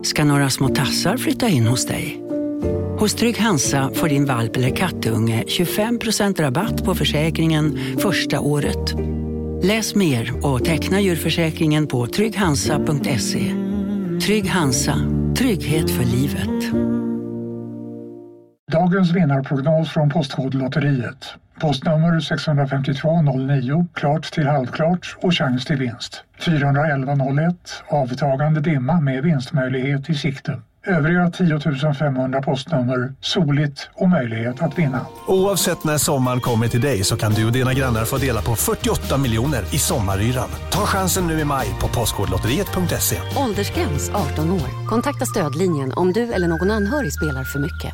Ska några små tassar flytta in hos dig? Hos Trygg Hansa får din valp eller kattunge 25% rabatt på försäkringen första året. Läs mer och teckna djurförsäkringen på trygghansa.se. Trygg Hansa, trygghet för livet. Dagens vinnarprognos från Postkodlotteriet. Postnummer 65209, klart till halvklart och chans till vinst. 41101, avtagande dimma med vinstmöjlighet i sikte. Övriga 10 500 postnummer, soligt och möjlighet att vinna. Oavsett när sommaren kommer till dig så kan du och dina grannar få dela på 48 miljoner i sommaryran. Ta chansen nu i maj på postkodlotteriet.se. Åldersgräns 18 år. Kontakta stödlinjen om du eller någon anhörig spelar för mycket.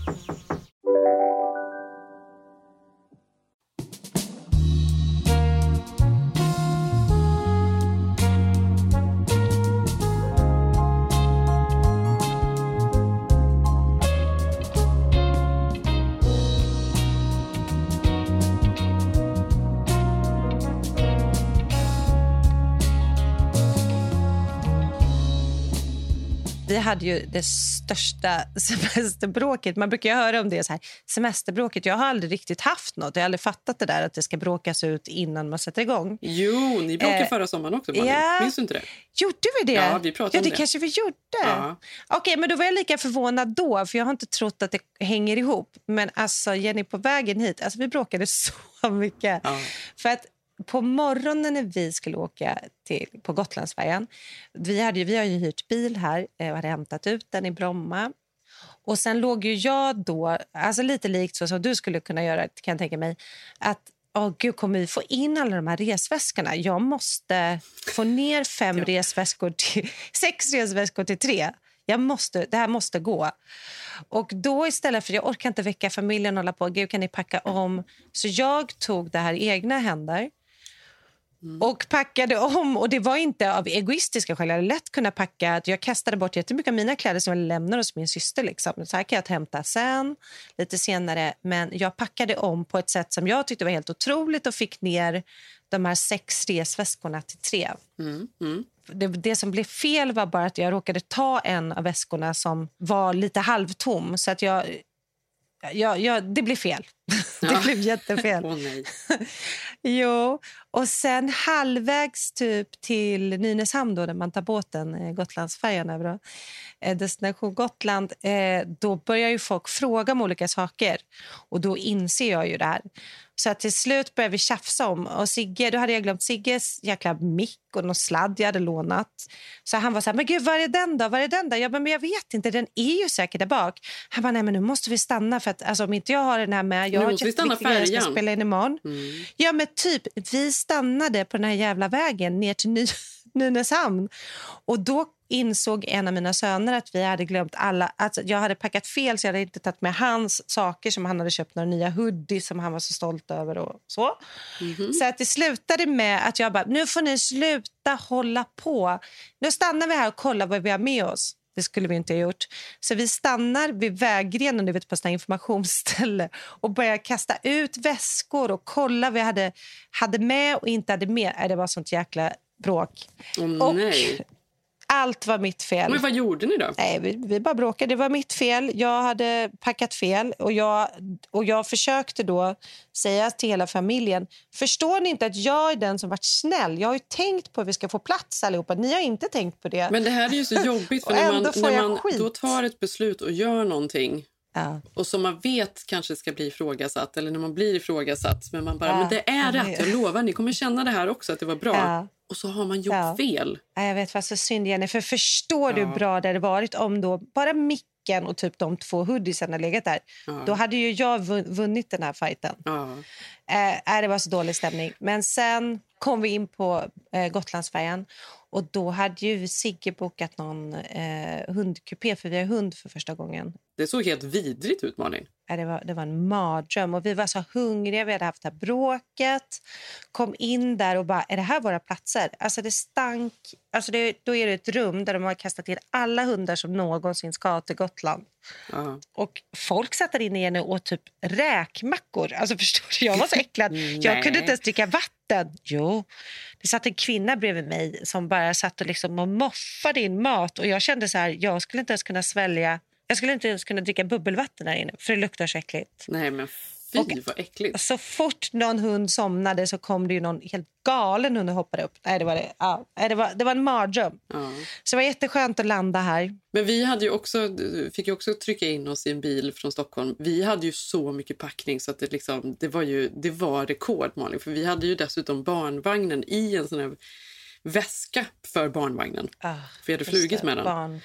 Vi hade ju det största semesterbråket. Man brukar ju höra om det så här, semesterbråket. Jag har aldrig riktigt haft något. Jag har aldrig fattat det där att det ska bråkas ut innan man sätter igång. Jo, ni bråkade förra sommaren också. Ja. Minns du inte det? Gjorde vi det? Ja, vi pratade om det. Ja, det kanske vi gjorde. Ja. Okej, men då var jag lika förvånad då. För jag har inte trott att det hänger ihop. Men alltså, Jenny, på vägen hit. Alltså, vi bråkade så mycket. Ja. För att på morgonen när vi skulle åka på Gotlandsfärjan, vi har ju hyrt bil här och hade hämtat ut den i Bromma. Och sen låg ju jag då, alltså lite likt så som du skulle kunna göra, kan jag tänka mig, att gud, kommer vi få in alla de här resväskorna? Jag måste få ner 6 resväskor till 3. Det här måste gå. Och då istället för, jag orkar inte väcka familjen och hålla på, gud kan ni packa om? Så jag tog det här egna händer och packade om. Och det var inte av egoistiska skäl. Jag hade lätt kunna packa, jag kastade bort jättemycket av mina kläder som jag lämnade hos min syster. Liksom. Så här kan jag hämta sen, lite senare. Men jag packade om på ett sätt som jag tyckte var helt otroligt och fick ner de här 6 resväskorna till 3. Det som blev fel var bara att jag råkade ta en av väskorna som var lite halvtom. Så att det blev fel. Det blev jättefel. Nej. Jo, och sen halvvägs typ till Nynäshamn då, där man tar båten, Gotlandsfärjan över då, destination Gotland, då börjar ju folk fråga om olika saker. Och då inser jag ju det här. Så att till slut började vi tjafsa om. Och Sigge, då hade jag glömt Sigges jäkla mick och någon sladd jag hade lånat. Så han var så här, men gud, var är den då? Var är den då? Jag bara, men jag vet inte, den är ju säkert där bak. Han bara, nej men nu måste vi stanna för att alltså, om inte jag har den här med, jag har jätteviktiga grejer jag ska spela in imorgon. Ja men typ, vi stannade på den här jävla vägen ner till Nynäshamn. Och då insåg en av mina söner att vi hade glömt alla, alltså jag hade packat fel så jag hade inte tagit med hans saker som han hade köpt, några nya hoodies som han var så stolt över och så. Så att det slutade med att jag bara, nu får ni sluta hålla på. Nu stannar vi här och kollar vad vi har med oss. Det skulle vi inte ha gjort. Så vi stannar vid vägrenen, du vet, på sådana informationsställe och börjar kasta ut väskor och kolla vad vi hade med och inte hade med. Det var sånt jäkla bråk. Och allt var mitt fel. Men vad gjorde ni då? Nej, vi bara bråkade. Det var mitt fel. Jag hade packat fel. Och jag försökte då säga till hela familjen, förstår ni inte att jag är den som varit snäll? Jag har ju tänkt på att vi ska få plats allihopa. Ni har inte tänkt på det. Men det här är ju så jobbigt. För när man då tar ett beslut och gör någonting. Ja. Och som man vet kanske ska bli ifrågasatt. Eller när man blir ifrågasatt. Men man bara, men det är rätt, jag lovar. Ni kommer känna det här också, att det var bra. Ja. Och så har man gjort fel. Jag vet vad så synd, Jenny. För förstår du bra det varit om då bara micken och typ de 2 hoodiesarna legat där. Då hade ju jag vunnit den här fighten. Det var så dålig stämning. Men sen kom vi in på Gotlandsfärjan. Och då hade ju Sigge bokat någon hundkupé, för vi har hund för första gången. Det såg helt vidrigt ut, Malin. Det var en mardröm och vi var så hungriga, vi hade haft det här bråket, kom in där och bara, är det här våra platser? Alltså det stank, alltså då är det ett rum där de har kastat in alla hundar som någonsin ska till Gotland. Och folk satt där inne igen och åt typ räkmackor. Alltså förstår du, jag var så äcklad. Jag kunde inte ens dricka vatten. Jo, det satt en kvinna bredvid mig som bara satt och liksom och moffade in mat. Och jag kände så här, jag skulle inte ens kunna svälja. Jag skulle inte ens kunna dricka bubbelvatten där inne, för det luktar så äckligt. Nej, men fy, vad äckligt. Så fort någon hund somnade så kom det ju någon helt galen hund och hoppade upp. Nej, det var en mardröm. Ja. Så det var jätteskönt att landa här. Men vi hade fick ju också trycka in oss i en bil från Stockholm. Vi hade ju så mycket packning så att det var rekord, Malin. För vi hade ju dessutom barnvagnen i en sån här väska för barnvagnen. För vi hade flugit med den.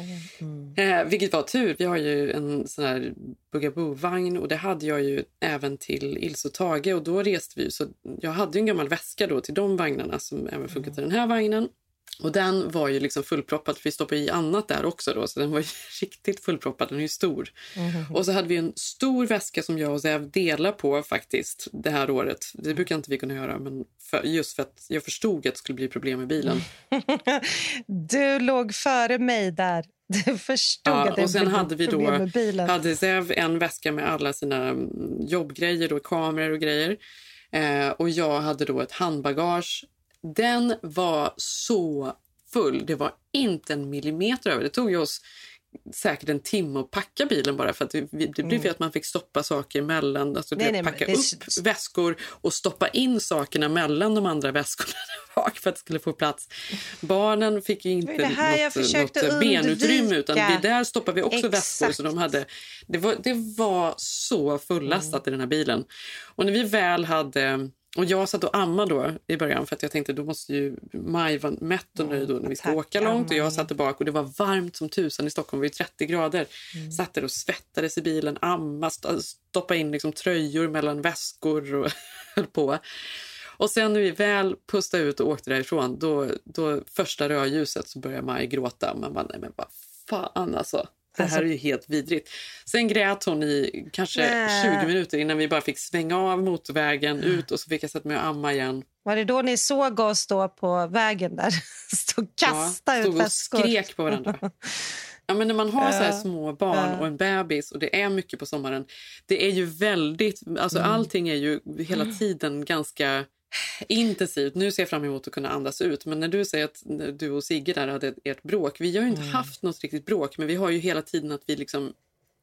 Vilket var tur. Vi har ju en sån här Bugaboo-vagn och det hade jag ju även till Ilse och Tage och då reste vi. Så jag hade ju en gammal väska då till de vagnarna som även funkade till den här vagnen. Och den var ju liksom fullproppad för vi stoppade i annat där också då. Så den var ju riktigt fullproppad, den är ju stor. Och så hade vi en stor väska som jag och Zev delar på faktiskt det här året. Det brukar inte vi kunna göra, men just för att jag förstod att det skulle bli problem med bilen. Du låg före mig där. Du förstod att det och sen hade vi problem med bilen. Hade Zev en väska med alla sina jobbgrejer och kameror och grejer. Och jag hade då ett handbagage. Den var så full. Det var inte en millimeter över. Det tog ju oss säkert en timme att packa bilen bara för att det blev att man fick stoppa saker emellan. Alltså packa upp väskor och stoppa in sakerna mellan de andra väskorna bak för att det skulle få plats. Barnen fick ju inte något benutrymme utan där stoppade vi också väskor så de hade det var så fullastat i den här bilen. Och när vi väl hade. Och jag satt och ammade då i början för att jag tänkte då måste ju Maj vara mätt och nöjd då när vi ska åka långt. Och jag satt tillbaka och det var varmt som tusan i Stockholm, det var ju 30 grader. Satt där och svettades i bilen, stoppa in liksom tröjor mellan väskor och höll på. Och sen när vi väl pustade ut och åkte därifrån, då första rödljuset så började Maj gråta. Man bara, nej men vad fan alltså. Det här är ju helt vidrigt. Sen grät hon i kanske 20 minuter innan vi bara fick svänga av motorvägen ut och så fick jag sätta mig och amma igen. Var det då ni såg oss stå på vägen där? Stod och kasta ut väskor. Och skrek på varandra. Ja, men när man har så här små barn och en bebis och det är mycket på sommaren. Det är ju väldigt, alltså allting är ju hela tiden ganska intensivt. Nu ser jag fram emot att kunna andas ut. Men när du säger att du och Sigge där hade ert bråk. Vi har ju inte haft något riktigt bråk. Men vi har ju hela tiden att vi liksom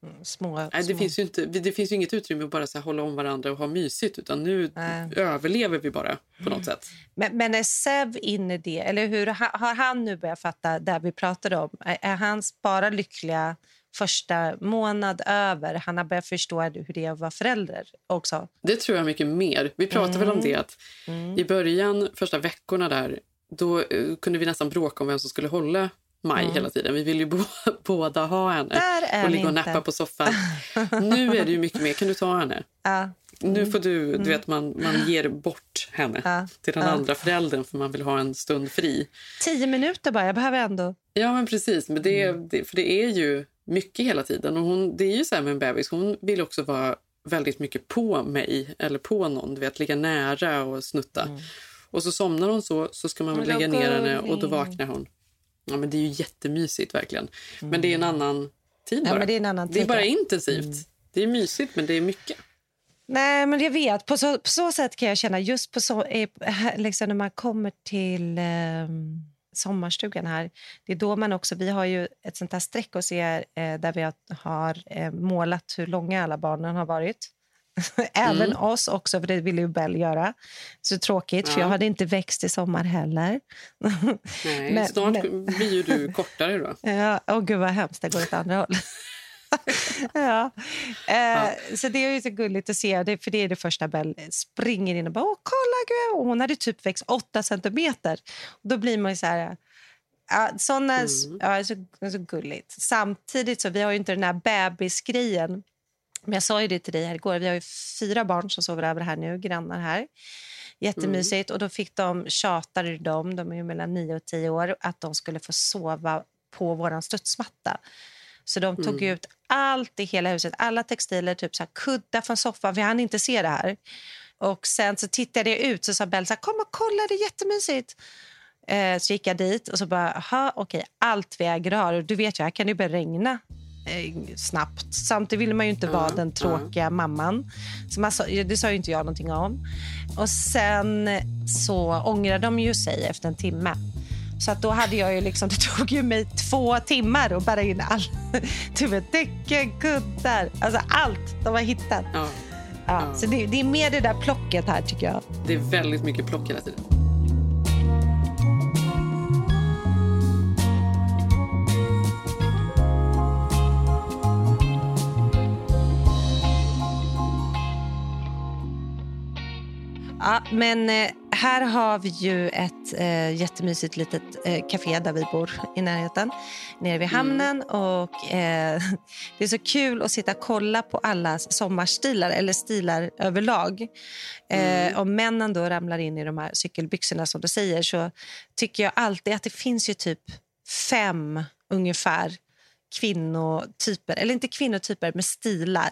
det finns ju inget utrymme att bara så här hålla om varandra och ha mysigt. Utan nu överlever vi bara på något sätt. Men är Zev inne i det? Eller hur har han nu börjat fatta där vi pratade om? Är hans bara lyckliga första månad över? Han har börjat förstå hur det är att vara förälder också. Det tror jag mycket mer. Vi pratade väl om det att i början, första veckorna där, då kunde vi nästan bråka om vem som skulle hålla Maj hela tiden. Vi vill ju båda ha henne och ligga och nappa på soffan. Nu är det ju mycket mer. Kan du ta henne? Nu får du vet man ger bort henne till den andra föräldern för man vill ha en stund fri. 10 minuter bara, jag behöver ändå. Ja men precis, men för det är ju mycket hela tiden och det är ju så här med en bebis, hon vill också vara väldigt mycket på mig eller på någon, du vet, ligga nära och snutta. Och så somnar hon så ska man väl lägga ner henne och då vaknar hon. Ja men det är ju jättemysigt verkligen. Men det är en annan tid bara. Ja, men det är en annan tid. Det är bara intensivt. Det är mysigt men det är mycket. Nej, men jag vet. På så sätt kan jag känna just på så liksom när man kommer till sommarstugan här. Det är då man också, vi har ju ett sånt här streck och ser där vi har målat hur långa alla barnen har varit. Även oss också, för det ville ju Bell göra. Så tråkigt, för jag hade inte växt i sommar heller. Nej, snart blir ju du kortare då. Ja, gud vad hemskt, det går åt andra håll. Så det är ju så gulligt att se det, för det är det första Bell springer in och bara, kolla gud, och hon hade typ växt 8 centimeter. Och då blir man ju så här, så gulligt. Samtidigt så vi har ju inte den här bebisgrejen. Men jag sa ju det till dig här igår, vi har ju 4 barn som sover över här nu, grannar här. Jättemysigt. Och då fick tjatade de är ju mellan 9 och 10 år, att de skulle få sova på våran studsmatta. Så de tog ut allt i hela huset. Alla textiler, typ så här, kuddar från soffan. Vi hann inte se det här. Och sen så tittade jag ut så sa Bell så här, kom och kolla, det är jättemysigt. Så gick jag dit och så bara, okej, allt väger har. Och du vet ju, här kan det börja regna snabbt. Samtidigt ville man ju inte vara den tråkiga mamman. Så det sa ju inte jag någonting om. Och sen så ångrade de ju sig efter en timme. Så att då hade jag ju liksom, det tog ju mig 2 timmar och bara in all, typ täcken, kuddar, alltså allt de har hittat. Ja. Så det är mer det där plocket här, tycker jag. Det är väldigt mycket plock hela tiden. Ja, men här har vi ju ett jättemysigt litet café där vi bor i närheten, nere vid hamnen. Och det är så kul att sitta och kolla på allas sommarstilar, eller stilar överlag. Om männen då ramlar in i de här cykelbyxorna som du säger, så tycker jag alltid att det finns ju typ 5 ungefär kvinnotyper, eller inte kvinnotyper, med stilar.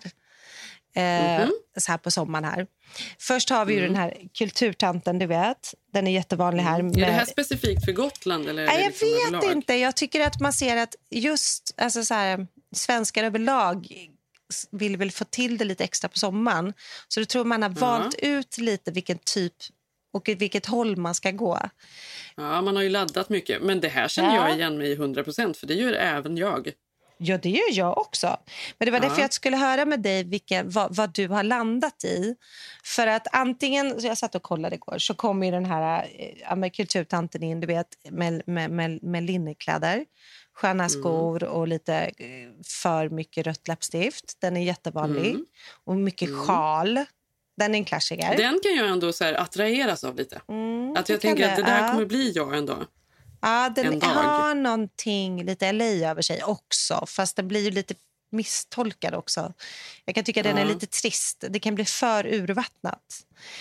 Så här på sommaren här. Först har vi ju den här kulturtanten, du vet. Den är jättevanlig här. Är det här specifikt för Gotland? Eller jag liksom vet överlag? Inte. Jag tycker att man ser att just alltså så här, svenskar överlag vill väl få till det lite extra på sommaren. Så då tror man har valt ut lite vilken typ och vilket håll man ska gå. Ja, man har ju laddat mycket. Men det här känner jag igen mig i 100%, för det gör även jag. Ja, det gör jag också. Men det var därför jag skulle höra med dig vad du har landat i. För att antingen, så jag satt och kollade igår, så kom ju den här kulturtanten in, du vet, med linnekläder, sköna skor och lite för mycket rött läppstift. Den är jättevanlig. Och mycket sjal. Den är en klassiker. Den kan jag ändå så här attraheras av lite. Att jag tänker att det där kommer bli jag en dag. Ja, den har någonting lite LA över sig också. Fast den blir ju lite misstolkad också. Jag kan tycka att den är lite trist. Det kan bli för urvattnat.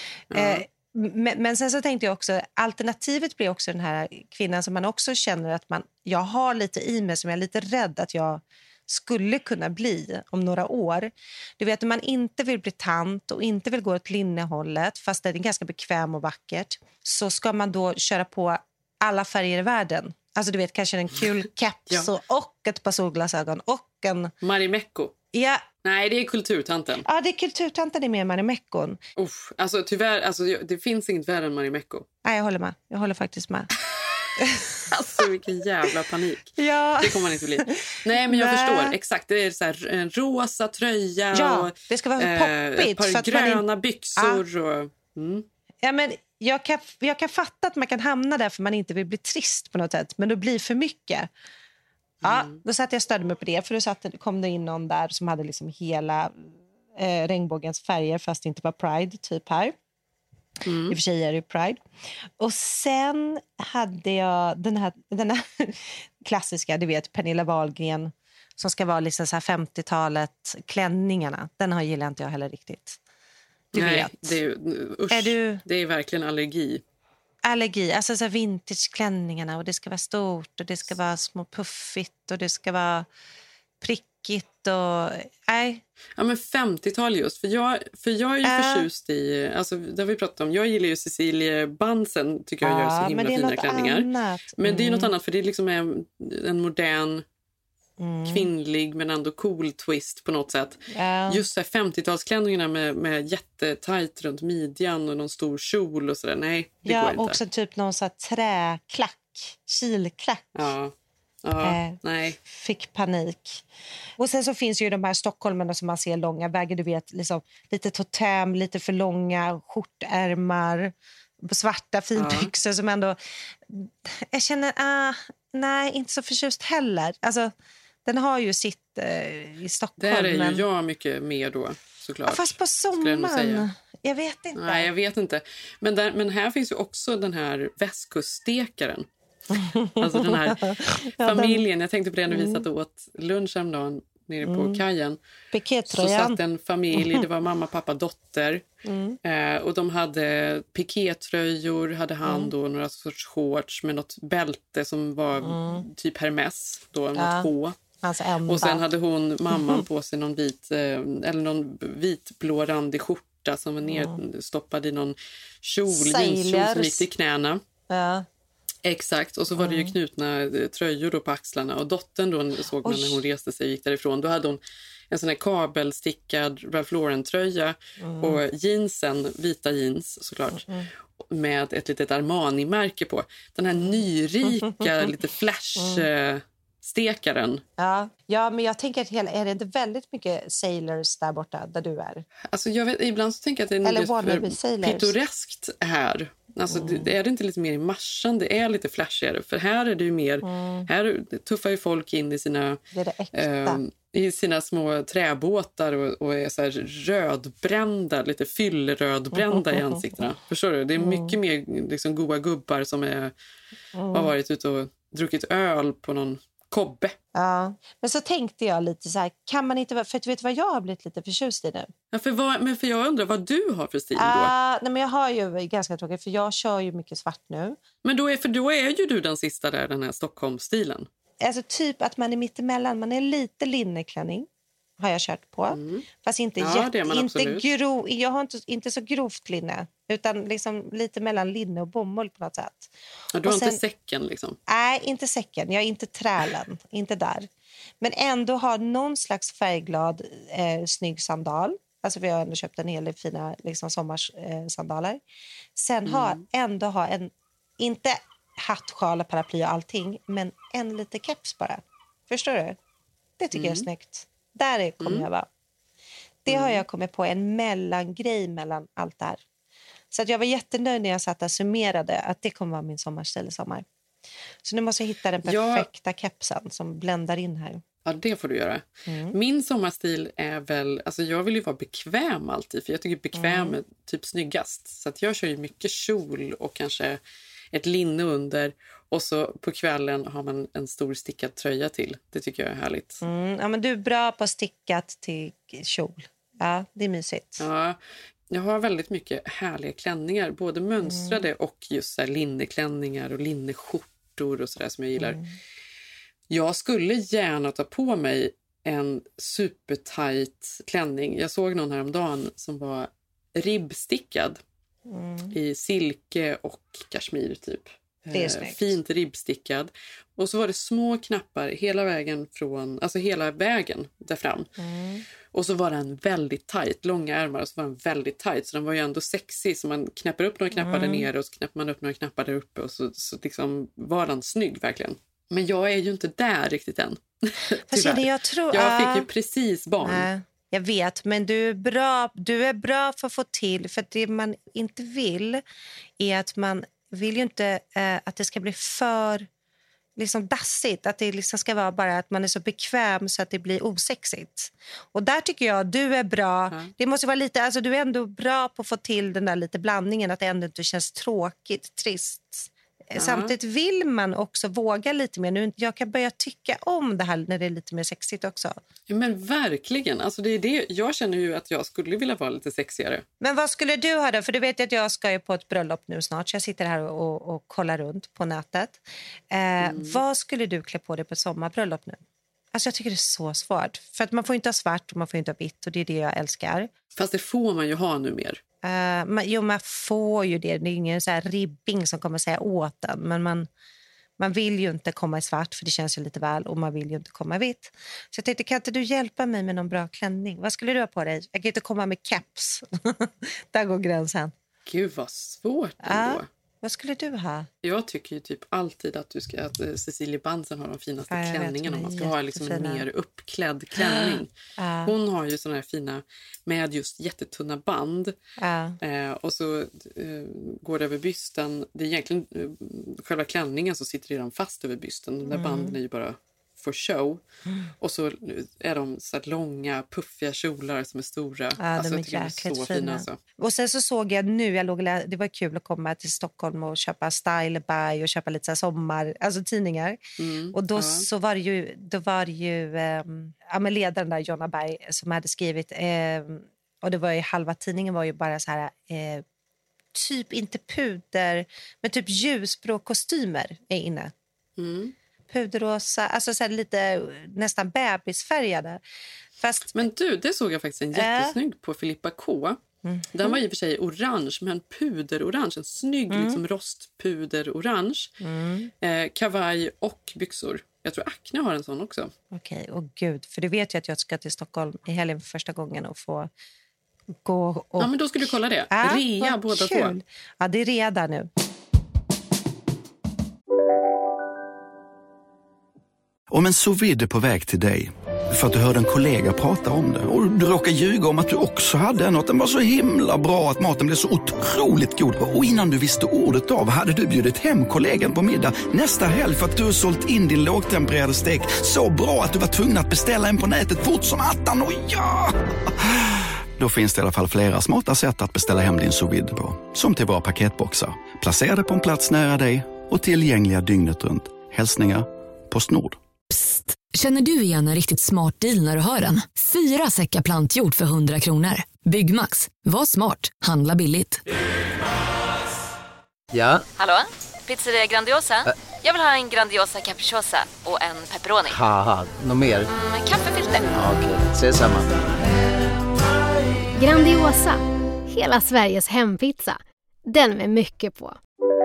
Men sen så tänkte jag också, alternativet blir också den här kvinnan som man också känner att jag har lite i mig, som jag är lite rädd att jag skulle kunna bli om några år. Du vet, om man inte vill bli tant och inte vill gå åt linnehållet, fast det är ganska bekväm och vackert, så ska man då köra på alla färger i världen. Alltså du vet, kanske en kul keps och ett par solglasögon och en... Marimekko. Ja. Nej, det är kulturtanten. Ja, det är kulturtanten, det är mer Marimekkon. Alltså tyvärr, alltså, det finns inget värre än Marimekko. Nej, jag håller med. Jag håller faktiskt med. Alltså vilken jävla panik. Ja. Det kommer man inte bli. Nej, men jag förstår. Exakt, det är så här, en rosa tröja. Ja, och, det ska vara poppigt. Ett par för att gröna byxor. Ja. Ja, men jag kan fatta att man kan hamna där för man inte vill bli trist på något sätt. Men det blir för mycket. Ja, då satt jag och stödde mig på det. För då kom det in någon där som hade liksom hela regnbågens färger, fast det inte var Pride typ här. I och för sig är det Pride. Och sen hade jag den här klassiska, du vet, Pernilla Wahlgren, som ska vara liksom så här 50-talet, klänningarna. Den gillar inte jag heller riktigt. Du vet. Det är verkligen allergi. Allergi, alltså så vintageklänningarna, och det ska vara stort och det ska vara små puffigt och det ska vara prickigt och nej. Ja, men 50-tal just, för jag är ju förtjust i, alltså det har vi pratat om, jag gillar ju Cecilie Bansen, tycker jag gör så himla fina klänningar. Annat. Men det är ju något annat, för det är liksom en modern kvinnlig men ändå cool twist på något sätt. Just så här 50-talsklänningarna med jättetajt runt midjan och någon stor kjol och sådär. Nej, det går inte. Ja, också typ någon så här träklack, kilklack. Nej. Fick panik. Och sen så finns ju de här stockholmarna som man ser långa vägar, du vet, liksom, lite totem, lite för långa skjortärmar, svarta finbyxor som ändå, jag känner nej, inte så förtjust heller. Alltså, den har ju sitt i Stockholm. Där är ju jag mycket mer då, såklart. Ja, fast på sommaren. Jag vet inte. Nej, jag vet inte. Men här finns ju också den här västkuststekaren. Alltså den här familjen. Jag tänkte på det när vi satt och åt lunch häromdagen nere på kajen. Så satt en familj, det var mamma, pappa, dotter. Och de hade pikétröjor, hade han då några sorts shorts med något bälte som var typ Hermes, då något H. Hans enda. Och sen hade hon, mamman, på sig någon vit eller någon vitblå randig skjorta som var nerstoppad i någon jeanskjol som gick till knäna. Ja. Exakt, och så var det ju knutna tröjor då på axlarna. Och dottern då såg man när hon reste sig och gick därifrån. Då hade hon en sån här kabelstickad Ralph Lauren-tröja och jeansen, vita jeans såklart, med ett litet Armani-märke på. Den här nyrika, lite flash-stekaren. Ja, men jag tänker att är det inte väldigt mycket sailors där borta där du är? Alltså jag vet, ibland så tänker jag att det är lite för pittoreskt här. Alltså det är inte lite mer i marschen, det är lite flashigare. För här är det ju mer, här tuffar ju folk in i sina, i sina små träbåtar och är så här rödbrända, lite fyllrödbrända i ansiktena. Förstår du? Det är mycket mer liksom goa gubbar som har varit ute och druckit öl på någon kobbe. Ja, men så tänkte jag lite så här, kan man inte, för du vet vad jag har blivit lite förtjust i nu? Ja, för jag undrar vad du har för stil då? Nej, men jag har ju ganska tråkigt, för jag kör ju mycket svart nu. Men då är ju du den sista där, den här Stockholm-stilen. Alltså typ att man är mittemellan, man är lite linneklänning har jag kört på. Fast inte jag har inte så grovt linne, utan liksom lite mellan linne och bomull på något sätt. Ja, du har inte säcken liksom? Nej, inte säcken. Jag är inte trälen, inte där. Men ändå har någon slags färgglad snygg sandal. Alltså vi har ändå köpt en hel del fina liksom, sommarsandaler. Sen ha en, inte hatt, sjal, paraply och allting, men en lite keps bara. Förstår du? Det tycker jag är snyggt. Där kommer jag vara. Det har jag kommit på, en mellangrej mellan allt det här. Så att jag var jättenöjd när jag satt och summerade att det kommer vara min sommarstil i sommar. Så nu måste jag hitta den perfekta kepsen som bländar in här. Ja, det får du göra. Min sommarstil är väl, alltså jag vill ju vara bekväm alltid, för jag tycker bekväm är typ snyggast. Så att jag kör ju mycket kjol och kanske ett linne under, och så på kvällen har man en stor stickad tröja till. Det tycker jag är härligt. Ja, men du är bra på stickat till kjol. Ja, det är mysigt. Ja, jag har väldigt mycket härliga klänningar, både mönstrade och just så här linneklänningar och linneskjortor och sådär som jag gillar. Jag skulle gärna ta på mig en supertight klänning. Jag såg någon häromdagen som var ribbstickad i silke och kashmir typ. Det är snyggt. Fint ribbstickad. Och så var det små knappar hela vägen där fram. Och så var den väldigt tight, långa ärmar, och så var den väldigt tight, så den var ju ändå sexy, så man knäpper upp några knappar där nere och så knäpper man upp några knappar där uppe, och så liksom var den snygg verkligen. Men jag är ju inte där riktigt än. Jag fick ju precis barn. Jag vet, men du är bra för att få till, för det man inte vill är att man vill ju inte att det ska bli för liksom dassigt, att det liksom ska vara bara att man är så bekväm så att det blir osexigt. Och där tycker jag du är bra. Det måste vara lite, alltså du är ändå bra på att få till den där lite blandningen, att det ändå inte känns tråkigt, trist. Samtidigt vill man också våga lite mer. Nu, jag kan börja tycka om det här när det är lite mer sexigt också. Ja, men verkligen. Alltså det är det. Jag känner ju att jag skulle vilja vara lite sexigare. Men vad skulle du ha då? För du vet att jag ska ju på ett bröllop nu snart. Så jag sitter här och kollar runt på nätet. Vad skulle du klä på dig på ett sommarbröllop nu? Alltså jag tycker det är så svårt. För att man får inte ha svart och man får inte ha vitt. Och det är det jag älskar. Fast det får man ju ha nu mer. Man får ju det. Det är ingen så här ribbing som kommer säga åt den. Men man vill ju inte komma i svart, för det känns ju lite väl. Och man vill ju inte komma i vitt. Så jag tänkte, kan inte du hjälpa mig med någon bra klänning? Vad skulle du ha på dig? Jag kan inte komma med caps. Där går gränsen. Gud vad svårt ändå. Vad skulle du ha? Jag tycker ju typ alltid att Cecilia Bansen har de finaste klänningarna. Man ska ha liksom en mer uppklädd klänning. Hon har ju såna här fina med just jättetunna band. Och så går det över bysten. Det är egentligen själva klänningen som sitter redan fast över bysten. De där banden är ju bara for show. Och så är de så här långa, puffiga kjolar som är stora. Alltså, de är jäkligt fina. Alltså. Och sen så såg jag nu, det var kul att komma till Stockholm och köpa Style By och köpa lite så här sommar, alltså tidningar. Och då så var det ju ledaren där, Jonna Berg, som hade skrivit, och det var ju halva tidningen var ju bara så här typ inte puder, men typ ljusblå kostymer är inne. puderrosa, alltså så här lite nästan bebisfärgade. Fast... Men du, det såg jag faktiskt en jättesnygg på Filippa K. Den var i och för sig orange, men puderorange. En snygg liksom rostpuderorange. Kavaj och byxor. Jag tror Acne har en sån också. Okej, och gud. För du vet ju att jag ska till Stockholm i helgen för första gången och få gå och... Ja, men då ska du kolla det. Rea båda två. Ja, det är rea där nu. Om en sous vide är på väg till dig för att du hörde en kollega prata om det och du råkar ljuga om att du också hade en och att den var så himla bra att maten blev så otroligt god. Och innan du visste ordet av hade du bjudit hem kollegan på middag nästa helg för att du har sålt in din lågtempererade stek så bra att du var tvungen att beställa en på nätet fort som attan. Och ja! Då finns det i alla fall flera smarta sätt att beställa hem din sous vide på. Som till våra paketboxar. Placerade på en plats nära dig och tillgängliga dygnet runt. Hälsningar PostNord. Psst! Känner du igen en riktigt smart deal när du hör den? 4 säckar plantjord för 100 kronor. Byggmax. Var smart. Handla billigt. Ja? Hallå? Pizzeria Grandiosa? Jag vill ha en Grandiosa capriciosa och en pepperoni. Haha, något mer? Kaffefilter. Ja, okej, ses samma. Grandiosa. Hela Sveriges hempizza. Den med mycket på.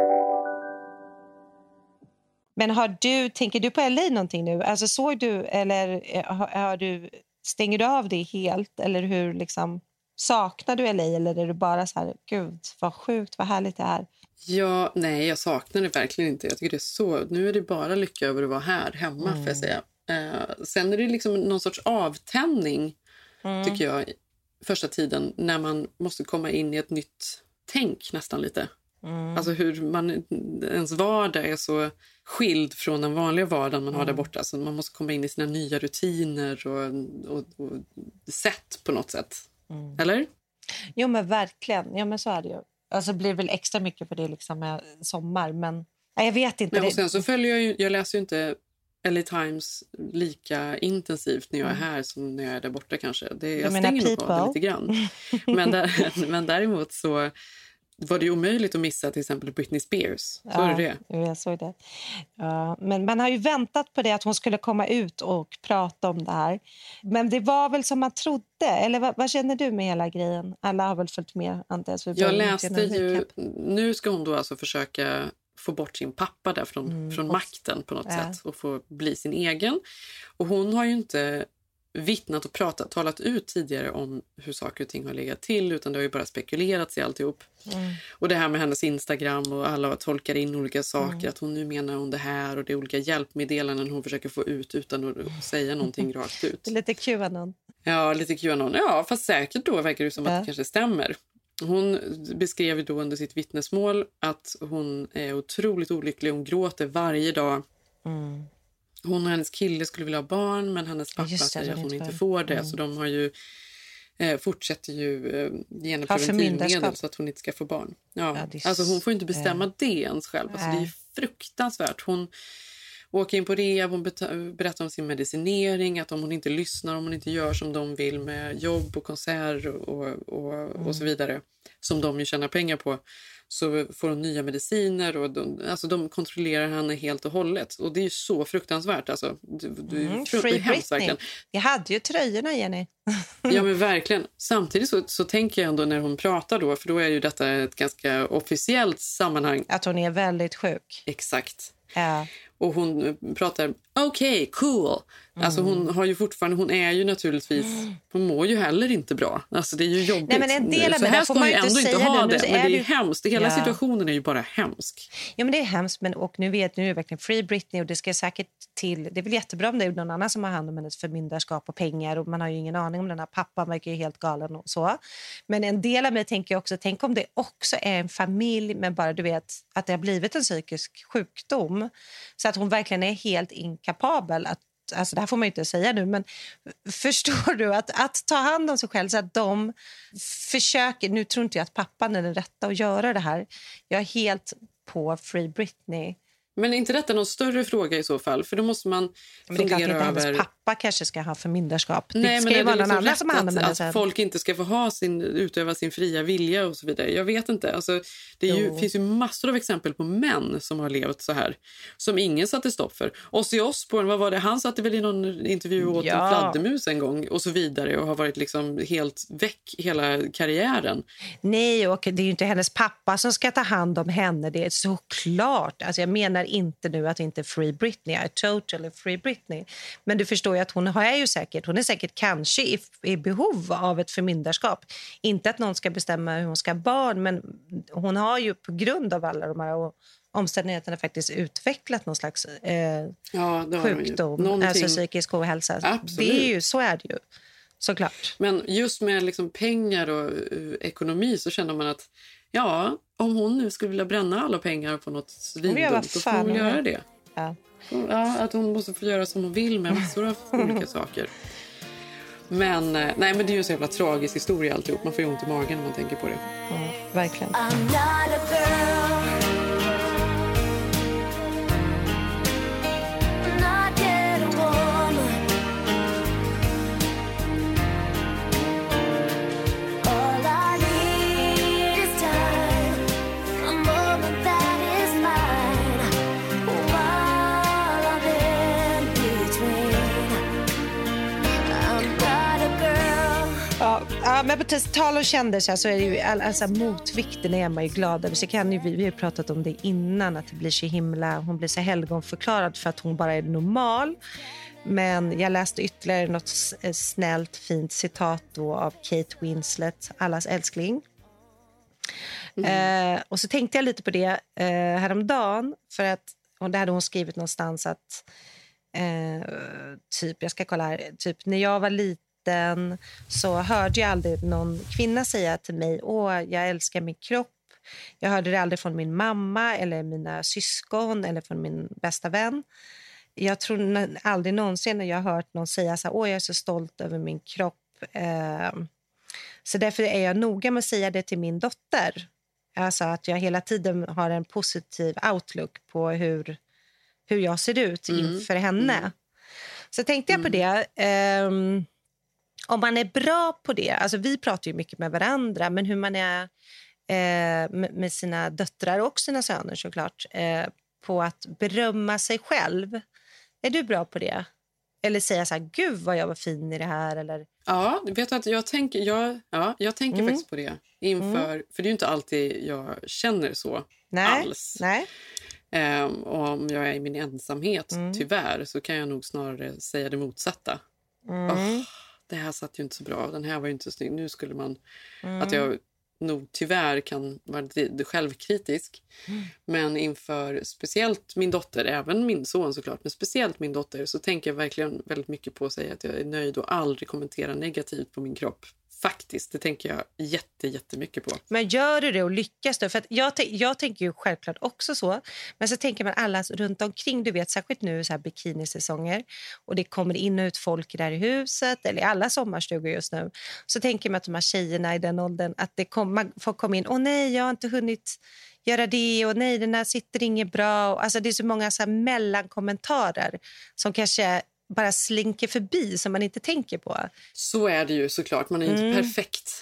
Men tänker du på LA någonting nu? Alltså såg du, eller stänger du av det helt? Eller hur liksom, saknar du LA? Eller är du bara så här, gud vad sjukt, vad härligt det är? Ja, nej, jag saknar det verkligen inte. Jag tycker det är så, nu är det bara lycka över att vara här hemma, får jag säga. Sen är det liksom någon sorts avtändning, tycker jag, första tiden, när man måste komma in i ett nytt tänk nästan lite. Alltså hur ens vardag är så skild från den vanliga vardagen man har där borta. Så man måste komma in i sina nya rutiner och sätt på något sätt. Eller? Jo, men verkligen. Ja, men så är det ju. Alltså blir det väl extra mycket för det liksom med sommar. Men jag vet inte. Men och sen så följer jag läser ju inte LA Times lika intensivt när jag är här som när jag är där borta kanske. Jag stänger nog av det lite grann. Men däremot så var det ju omöjligt att missa till exempel Britney Spears. Så är det. Ja, jag såg det. Ja, men man har ju väntat på det, att hon skulle komma ut och prata om det här. Men det var väl som man trodde. Eller vad känner du med hela grejen? Alla har väl följt med, antar jag. Jag läste ju, nu ska hon då alltså försöka få bort sin pappa där från makten på något sätt. Och få bli sin egen. Och hon har ju inte vittnat och talat ut tidigare om hur saker och ting har legat till, utan det har ju bara spekulerats i alltihop. Och det här med hennes Instagram och alla tolkar in olika saker, att hon nu menar hon det här och det är olika hjälpmeddelanden hon försöker få ut utan att säga någonting rakt ut. Lite QAnon. Ja, lite QAnon. Ja, fast säkert då verkar det som att det kanske stämmer. Hon beskrev ju då under sitt vittnesmål att hon är otroligt olycklig. Hon gråter varge dag. Hon och hennes kille skulle vilja ha barn, men hennes pappa säger att hon inte får det. Så de har ju fortsätter ju ge henne preventivmedel så att hon inte ska få barn. Ja. Alltså hon får inte bestämma det ens själv. Alltså det är ju fruktansvärt. Hon åker in på rehab, hon berättar om sin medicinering, att om hon inte lyssnar, om hon inte gör som de vill med jobb och konsert och så vidare, som de ju tjänar pengar på, så får hon nya mediciner och de kontrollerar henne helt och hållet. Och det är ju så fruktansvärt. Alltså, Free Britney. Jag hade ju tröjorna, Jenny. Ja, men verkligen. Samtidigt så tänker jag ändå när hon pratar då, för då är ju detta ett ganska officiellt sammanhang. Att hon är väldigt sjuk. Exakt. Ja. Och hon pratar, okej, cool. Alltså hon har ju fortfarande, hon är ju naturligtvis, hon mår ju heller inte bra. Alltså det är ju jobbigt. Nej, men en del av så här ska man ju ändå inte ha det. Men det är hemskt. Hela situationen är ju bara hemsk. Ja, men det är hemskt. Och nu är det verkligen Free Britney, och det ska säkert till, det är väl jättebra om det är någon annan som har hand om hennes förmyndarskap och pengar, och man har ju ingen aning om den här pappan verkar ju helt galen och så. Men en del av mig tänker också, tänk om det också är en familj, men bara du vet att det har blivit en psykisk sjukdom, så att hon verkligen är helt inkapabel att, alltså det här får man ju inte säga nu, men förstår du att ta hand om sig själv, så att de försöker, nu tror inte jag att pappan är den rätta att göra det här. Jag är helt på Free Britney. Men är inte detta någon större fråga i så fall? För då måste man fundera över... Men det är klart inte hennes pappa kanske ska ha förmyndarskap. Det ska ju vara någon annan som handlar med det. Att folk inte ska få utöva sin fria vilja och så vidare. Jag vet inte. Alltså, finns ju massor av exempel på män som har levt så här. Som ingen satte stopp för. Ozzy Osbourne, vad var det? Han satte väl i någon intervju åt en fladdermus en gång och så vidare. Och har varit liksom helt väck hela karriären. Nej, och det är ju inte hennes pappa som ska ta hand om henne. Det är såklart. Alltså jag menar inte nu att inte Free Britney är totally Free Britney. Men du förstår ju att hon är säkert kanske i behov av ett förmyndarskap. Inte att någon ska bestämma hur hon ska ha barn, men hon har ju på grund av alla de här omständigheterna faktiskt utvecklat någon slags sjukdom, alltså psykisk ohälsa. Absolut. Det är ju, så är det ju. Såklart. Men just med liksom pengar och ekonomi så känner man att om hon nu skulle vilja bränna alla pengar på något svindumt, då får hon göra det. Ja. Att hon måste få göra som hon vill med massor av olika saker. Men det är ju en så jävla tragisk historia alltihop. Man får ju ont i magen när man tänker på det. Ja, verkligen. Ja, men på tal om kändisar så är det ju alltså motvikten är man ju glad över. Så kan ju vi har pratat om det innan, att det blir så hon blir så helgonförklarad för att hon bara är normal. Men jag läste ytterligare något snällt fint citat då av Kate Winslet, allas älskling. Och så tänkte jag lite på det häromdagen, för att det hade hon skrivit någonstans att jag ska kolla här, typ när jag var liten så hörde jag aldrig någon kvinna säga till mig: jag älskar min kropp. Jag hörde det aldrig från min mamma eller mina syskon eller från min bästa vän. Jag tror aldrig någonsin när jag har hört någon säga så här: jag är så stolt över min kropp. Så därför är jag noga med att säga det till min dotter. Alltså att jag hela tiden har en positiv outlook på hur jag ser ut inför henne. Så tänkte jag på det. Om man är bra på det, alltså vi pratar ju mycket med varandra, men hur man är med sina döttrar och sina söner såklart, på att berömma sig själv. Är du bra på det? Eller säga så här: gud vad jag var fin i det här, eller? Ja, vet du att jag tänker faktiskt på det inför, för det är ju inte alltid jag känner så alls. Nej. Och om jag är i min ensamhet, tyvärr, så kan jag nog snarare säga det motsatta. Det här satt ju inte så bra, den här var ju inte så snygg. Nu skulle man, att jag nog tyvärr kan vara lite självkritisk. Men inför speciellt min dotter, även min son såklart, men speciellt min dotter, så tänker jag verkligen väldigt mycket på att säga att jag är nöjd och aldrig kommentera negativt på min kropp. Faktiskt, det tänker jag jättemycket på. Men gör du det och lyckas då? För att jag tänker ju självklart också så. Men så tänker man alla runt omkring, du vet, särskilt nu så här bikinisäsonger. Och det kommer in och ut folk där i huset, eller i alla sommarstugor just nu. Så tänker man att de här tjejerna i den åldern, att man får komma in: nej, jag har inte hunnit göra det, och nej, den här sitter inget bra. Alltså det är så många så här mellankommentarer som kanske bara slinker förbi, som man inte tänker på. Så är det ju såklart. Man är inte perfekt.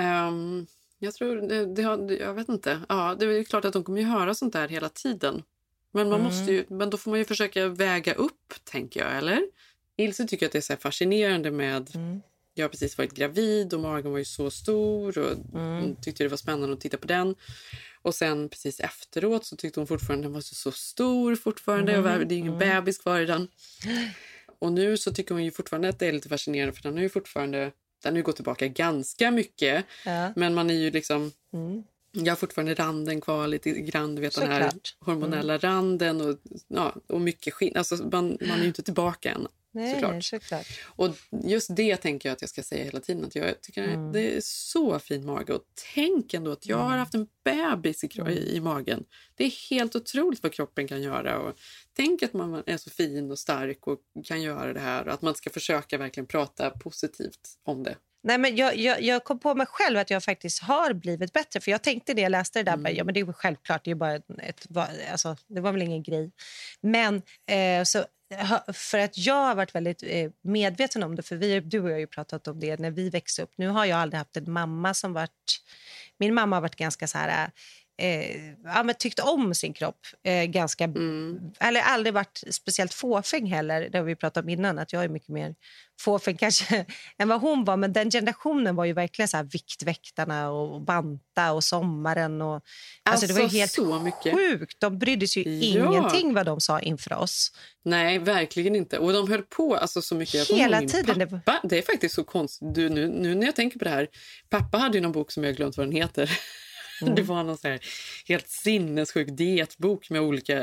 Jag tror, jag vet inte. Ja, det är klart att de kommer ju höra sånt där hela tiden. Men man måste ju, men då får man ju försöka väga upp, tänker jag, eller? Ilse tycker att det är så här fascinerande med... Jag har precis varit gravid och magen var ju så stor och hon tyckte det var spännande att titta på den. Och sen precis efteråt så tyckte hon fortfarande den var så stor fortfarande och det är ingen bebis kvar i den. Och nu så tycker hon ju fortfarande att det är lite fascinerande, för den har ju gått tillbaka ganska mycket. Ja. Men man är ju liksom... Jag har fortfarande randen kvar lite grann, du vet, den här hormonella randen och mycket skinn. Alltså man är ju inte tillbaka än. Nej, såklart. Och just det tänker jag att jag ska säga hela tiden, att jag tycker det är så fin mage, och tänk ändå att jag har haft en bebis i magen. Det är helt otroligt vad kroppen kan göra, och tänk att man är så fin och stark och kan göra det här, och att man ska försöka verkligen prata positivt om det. Nej, men jag kom på mig själv att jag faktiskt har blivit bättre. För jag tänkte det, jag läste det där, men det är ju självklart, det är bara det var väl ingen grej. Men så för att jag har varit väldigt medveten om det, för du och jag har ju pratat om det när vi växte upp. Nu har jag aldrig haft en mamma som varit... Min mamma har varit ganska så här... men tyckt om sin kropp ganska... Eller aldrig varit speciellt fåfäng heller. Det har vi pratat om innan, att jag är mycket mer fåfäng kanske än vad hon var. Men den generationen var ju verkligen så här Viktväktarna och Banta och Sommaren. Och, alltså det var ju helt så mycket sjukt. De brydde sig ju ingenting vad de sa inför oss. Nej, verkligen inte. Och de höll på alltså, så mycket. Hela tiden. Pappa, det är faktiskt så konstigt. Nu när jag tänker på det här. Pappa hade ju någon bok som jag glömt vad den heter. Det var någon så här helt sinnessjuk dietbok med olika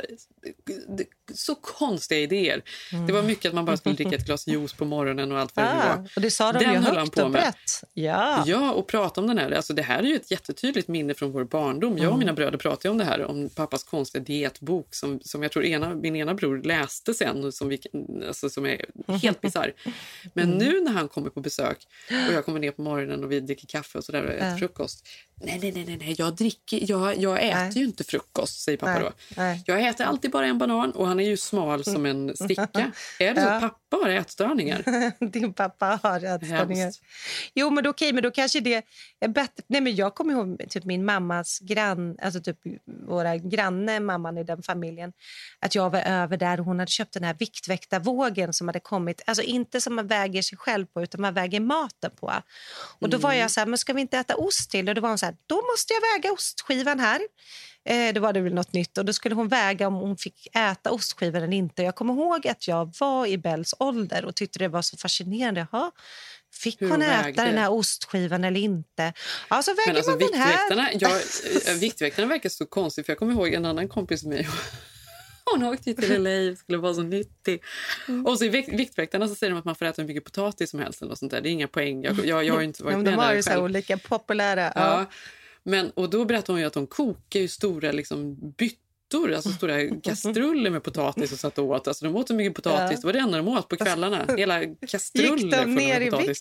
så konstiga idéer. Det var mycket att man bara skulle dricka ett glas juice på morgonen och allt vad det var. Och det sa de ju högt och brett. Ja, och prata om den här. Alltså, det här är ju ett jättetydligt minne från vår barndom. Jag och mina bröder pratade om det här, om pappas konstiga dietbok som jag tror min ena bror läste sen och som är helt bizarr. Men nu när han kommer på besök och jag kommer ner på morgonen och vi dricker kaffe och sådär och äter frukost. Nej, jag äter ju inte frukost, säger pappa då. Jag äter alltid bara en banan och han är ju smal som en sticka. Är det så att pappa har ätstörningar? Din pappa har ätstörningar. Jo, men okej, men då kanske det är bättre. Nej, men jag kommer ihåg typ min mammas alltså typ våra granne, mamman i den familjen, att jag var över där och hon hade köpt den här viktväktarvågen som hade kommit, alltså inte som man väger sig själv på utan man väger maten på. Och då var jag så här, men ska vi inte äta ost till? Och då var hon så här, då måste jag väga ostskivan här. Det var det väl något nytt och då skulle hon väga om hon fick äta ostskivan eller inte. Jag kommer ihåg att jag var i Bells ålder och tyckte det var så fascinerande. Jaha, fick hon äta den här ostskivan eller inte? Ja, så väger man den här. Viktväktarna verkar så konstigt för jag kommer ihåg en annan kompis med mig. Hon åkte till LA, skulle vara så nyttig. Och så i Viktväktarna så säger de att man får äta hur mycket potatis som helst eller något sånt där. Det är inga poäng. Jag har inte varit med där själv. De har ju så olika populära. Ja. Och då berättade hon ju att de kokar ju stora liksom byttor, alltså stora kastruller med potatis och satt åt. Alltså de åt så mycket potatis, det var det enda de åt på kvällarna. Hela kastruller. Gick de ner i vikt?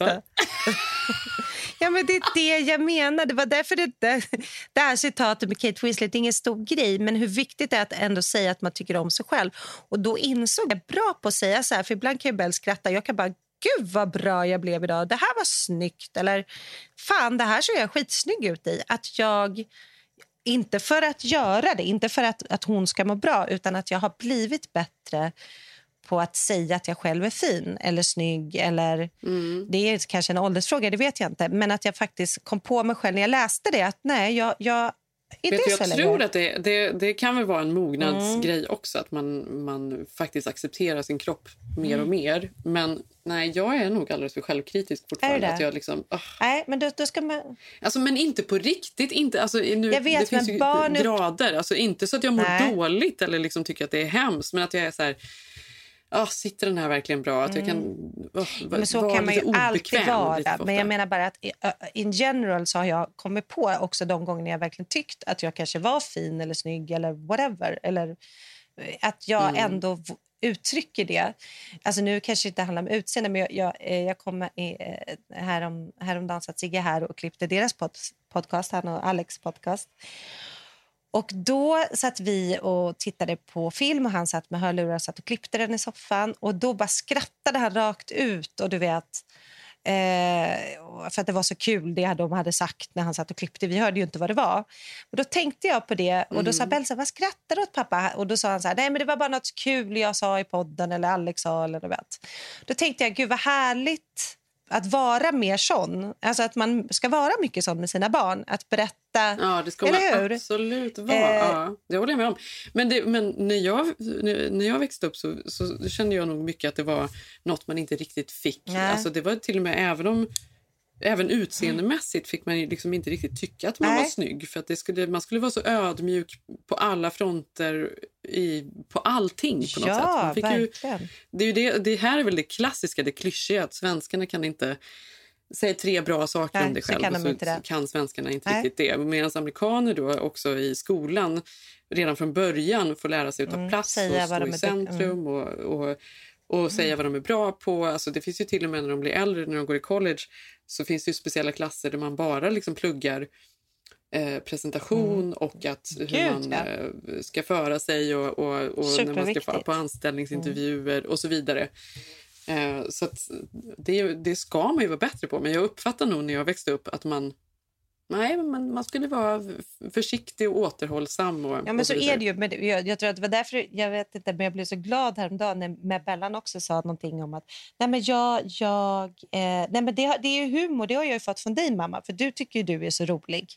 Ja, men det är det jag menar. Det var därför det här citatet med Kate Winslet är ingen stor grej, men hur viktigt det är att ändå säga att man tycker om sig själv. Och då insåg jag bra på att säga så här, för ibland kan jag Bell skratta. Jag kan bara, gud vad bra jag blev idag. Det här var snyggt. Eller, fan, det här så jag skitsnygg ut i. Att jag, inte för att göra det, inte för att hon ska må bra, utan att jag har blivit bättre på att säga att jag själv är fin eller snygg. Eller, det är kanske en åldersfråga, det vet jag inte. Men att jag faktiskt kom på mig själv när jag läste det. Att nej, jag jag tror att det kan väl vara en mognadsgrej också. Att man faktiskt accepterar sin kropp mer och mer. Men nej, jag är nog alldeles för självkritisk fortfarande. Att jag liksom, nej, men då ska man... Alltså, men inte på riktigt. Inte, alltså, nu, jag vet, det finns ju grader. Alltså, inte så att jag mår dåligt eller liksom tycker att det är hemskt. Men att jag är så här... sitter den här verkligen bra? Att jag kan men så kan man ju alltid vara. Men jag menar bara att in general så har jag kommit på också de gånger jag verkligen tyckt att jag kanske var fin eller snygg eller whatever. Eller att jag ändå uttrycker det. Alltså nu kanske det inte handlar om utseende, men jag kommer häromdagen satt Sigge här och klippte deras podcast, han och Alex podcast. Och då satt vi och tittade på film och han satt med hörlurar och satt och klippte den i soffan. Och då bara skrattade han rakt ut och du vet, för att det var så kul det de hade sagt när han satt och klippte. Vi hörde ju inte vad det var. Och då tänkte jag på det och då sa Belsa, vad skrattar du åt pappa? Och då sa han så här, nej men det var bara något kul jag sa i podden eller Alex sa eller du vet. Då tänkte jag, gud vad härligt att vara mer sån. Alltså att man ska vara mycket sån med sina barn. Att berätta. Ja, det ska man absolut vara. Det håller jag med om. Men när jag växte upp så kände jag nog mycket att det var något man inte riktigt fick. Nej. Alltså det var till och med, även utseendemässigt fick man liksom inte riktigt tycka att man var snygg. För att man skulle vara så ödmjuk på alla fronter, på allting på något sätt. Man fick verkligen. Det här är väl det klassiska, det klyschiga, att svenskarna kan inte säga 3 bra saker om dig själv. Så kan svenskarna inte riktigt det. Medan amerikaner då också i skolan redan från början får lära sig att ta plats och stå i centrum och säga vad de är bra på. Alltså det finns ju till och med när de blir äldre, när de går i college, så finns det ju speciella klasser där man bara liksom pluggar presentation och att hur man ska föra sig och när man ska få på anställningsintervjuer och så vidare. Så att det ska man ju vara bättre på. Men jag uppfattar nog när jag växte upp att man skulle vara försiktig och återhållsam. Ja, men så är det ju. Men jag tror att det var därför, jag vet inte, men jag blev så glad häromdagen när Bellan också sa någonting om att nej men nej men det är ju humor, det har jag ju fått från dig mamma, för du tycker ju du är så rolig.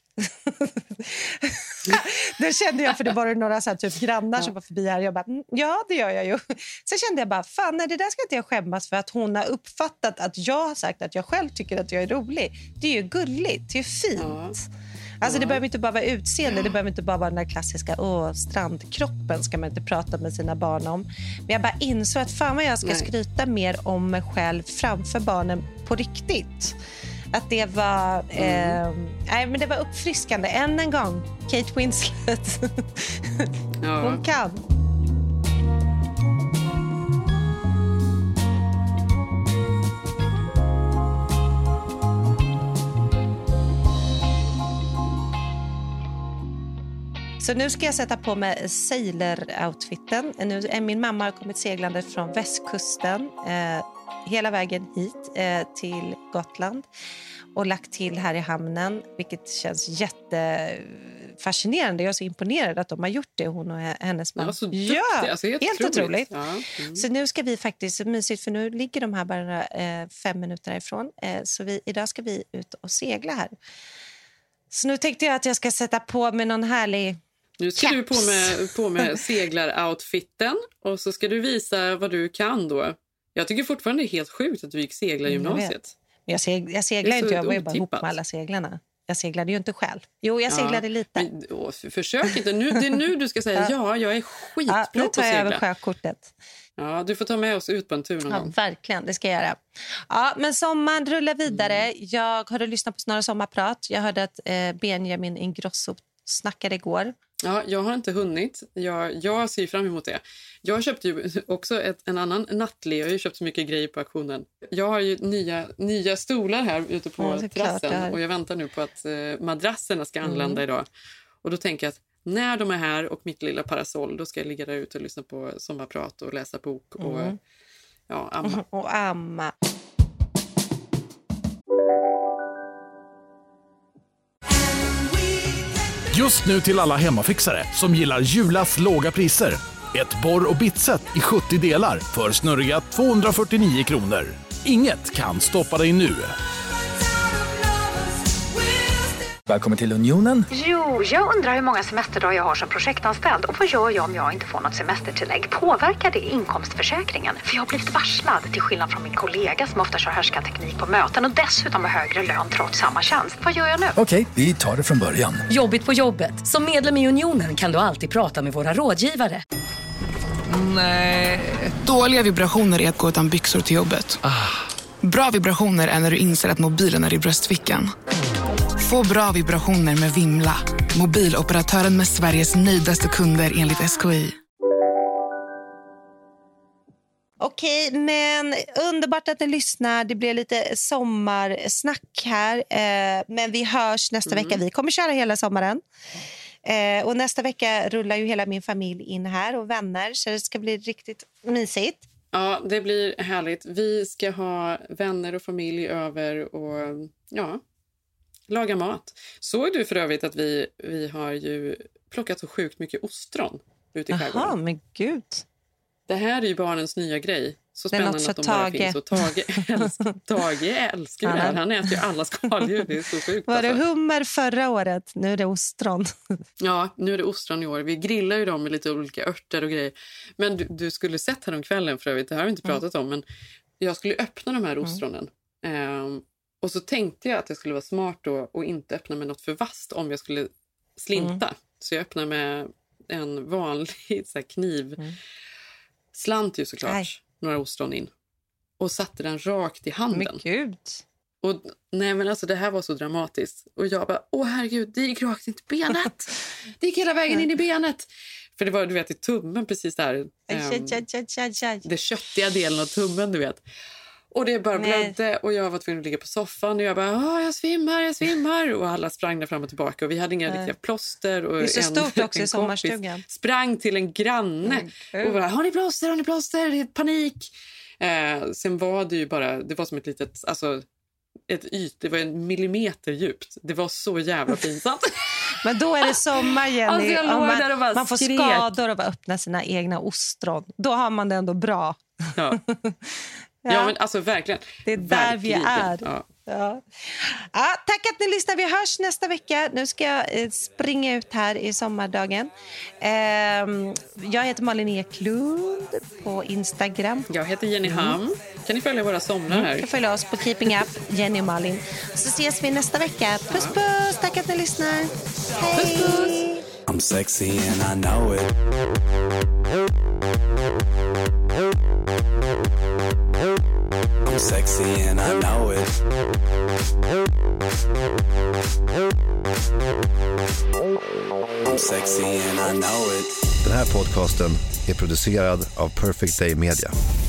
Det kände jag, för det var några så här, typ grannar som var förbi här och jag bara, ja det gör jag ju. Sen kände jag bara, fan nej, det där ska inte jag skämmas för att hon har uppfattat att jag har sagt att jag själv tycker att jag är rolig. Det är ju gulligt, det är fint. Alltså det behöver inte bara vara utseende, det behöver inte bara vara den där klassiska strandkroppen ska man inte prata med sina barn om. Men jag bara insåg att fan vad jag ska skryta mer om mig själv framför barnen på riktigt. Att det var men det var uppfriskande. Än en gång, Kate Winslet. Hon kan. Så nu ska jag sätta på mig sailor-outfiten. Nu är min mamma har kommit seglande från västkusten hela vägen hit till Gotland och lagt till här i hamnen, vilket känns jättefascinerande. Jag är så imponerad att de har gjort det, hon och hennes man. Alltså, helt otroligt. Ja. Så nu ska vi faktiskt, mysigt, för nu ligger de här bara 5 minuter ifrån. Så idag ska vi ut och segla här. Så nu tänkte jag att jag ska sätta på mig någon härlig Nu ska du på med seglaroutfitten och så ska du visa vad du kan då. Jag tycker fortfarande det är helt sjukt att du gick seglargymnasiet. Jag seglar inte, jag var ju bara ihop med alla seglarna. Jag seglade ju inte själv. Jo, jag seglade lite. Men, försök inte. Det är nu du ska säga jag är skitbra på att segla. Nu tar jag över sjökortet. Ja, du får ta med oss ut på en tur någon gång. Verkligen, det ska jag göra. Ja, men sommaren rullar vidare. Jag hörde lyssna på Snarare sommarprat. Jag hörde att Benjamin Ingrosso snackade igår. Ja, jag har inte hunnit. Jag ser fram emot det. Jag köpte ju också en annan nattlig. Jag har ju köpt så mycket grejer på auktionen. Jag har ju nya stolar här ute på terrassen. Och jag väntar nu på att madrasserna ska anlända idag. Och då tänker jag att när de är här och mitt lilla parasoll, då ska jag ligga där ute och lyssna på sommarprat och läsa bok och amma. Och amma. Just nu till alla hemmafixare som gillar Julas låga priser. Ett borr- och bitset i 70 delar för snurriga 249 kronor. Inget kan stoppa dig nu. Välkommen till Unionen. Jo, jag undrar hur många semesterdagar jag har som projektanställd. Och vad gör jag om jag inte får något semestertillägg? Påverkar det inkomstförsäkringen? För jag har blivit varslad, till skillnad från min kollega som ofta kör härskarteknik på möten och dessutom har högre lön trots samma tjänst. Vad gör jag nu? Okej, vi tar det från början. Jobbigt på jobbet. Som medlem i Unionen kan du alltid prata med våra rådgivare. Nej. Dåliga vibrationer är att gå utan byxor till jobbet. Bra vibrationer är när du inser att mobilen är i bröstfickan. Få bra vibrationer med Vimla. Mobiloperatören med Sveriges nöjdaste kunder enligt SKI. Okej, men underbart att ni lyssnar. Det blir lite sommarsnack här. Men vi hörs nästa vecka. Vi kommer köra hela sommaren. Och nästa vecka rullar ju hela min familj in här och vänner. Så det ska bli riktigt mysigt. Ja, det blir härligt. Vi ska ha vänner och familj över och laga mat. Såg du för övrigt att vi har ju plockat så sjukt mycket ostron ute i skärgården? Jaha, men gud. Det här är ju barnens nya grej. Så spännande att de bara finns. Och Tage älskar det här. Han äter ju alla skaldjur. Det är så sjukt. Var det hummer förra året? Nu är det ostron. Ja, nu är det ostron i år. Vi grillar ju dem med lite olika örter och grejer. Men du skulle sett här om kvällen för övrigt. Det här har vi inte pratat om. Men jag skulle öppna de här ostronen. Och så tänkte jag att det skulle vara smart då och inte öppna med något för vasst om jag skulle slinta. Så jag öppnade med en vanlig så här, kniv. Slant ju såklart några ostron in. Och satte den rakt i handen. Men gud. Och nej men alltså det här var så dramatiskt. Och jag bara, herregud, det gick rakt in i benet. Det gick hela vägen in i benet. För det var, du vet, i tummen precis där. Det köttiga delen av tummen, du vet. Och det bara blödde och jag var tvungen att ligga på soffan och jag bara, jag svimmar. Och alla sprang där fram och tillbaka och vi hade inga riktiga plåster. Och det är så stort också i sommarstugan. Sprang till en granne och bara, har ni plåster? Det är panik. Sen var det ju bara, det var som ett litet, alltså det var 1 millimeter djupt. Det var så jävla pinsamt. Men då är det sommar, Jenny. Alltså man får skador av att öppna sina egna ostron. Då har man det ändå bra. Ja. Ja, men alltså verkligen. Det är där vi är. Ja, tack att ni lyssnar. Vi hörs nästa vecka. Nu ska jag springa ut här i sommardagen. Jag heter Malin Eklund på Instagram. Jag heter Jenny Ham. Kan ni följa våra somrar här? Kan följa oss på Keeping Up, Jenny och Malin. Så ses vi nästa vecka. Puss puss, tack att ni lyssnar. Hej! Puss puss! I'm sexy and I know it. I'm sexy and I know it. I'm sexy and I know it. Den här podcasten är producerad av Perfect Day Media.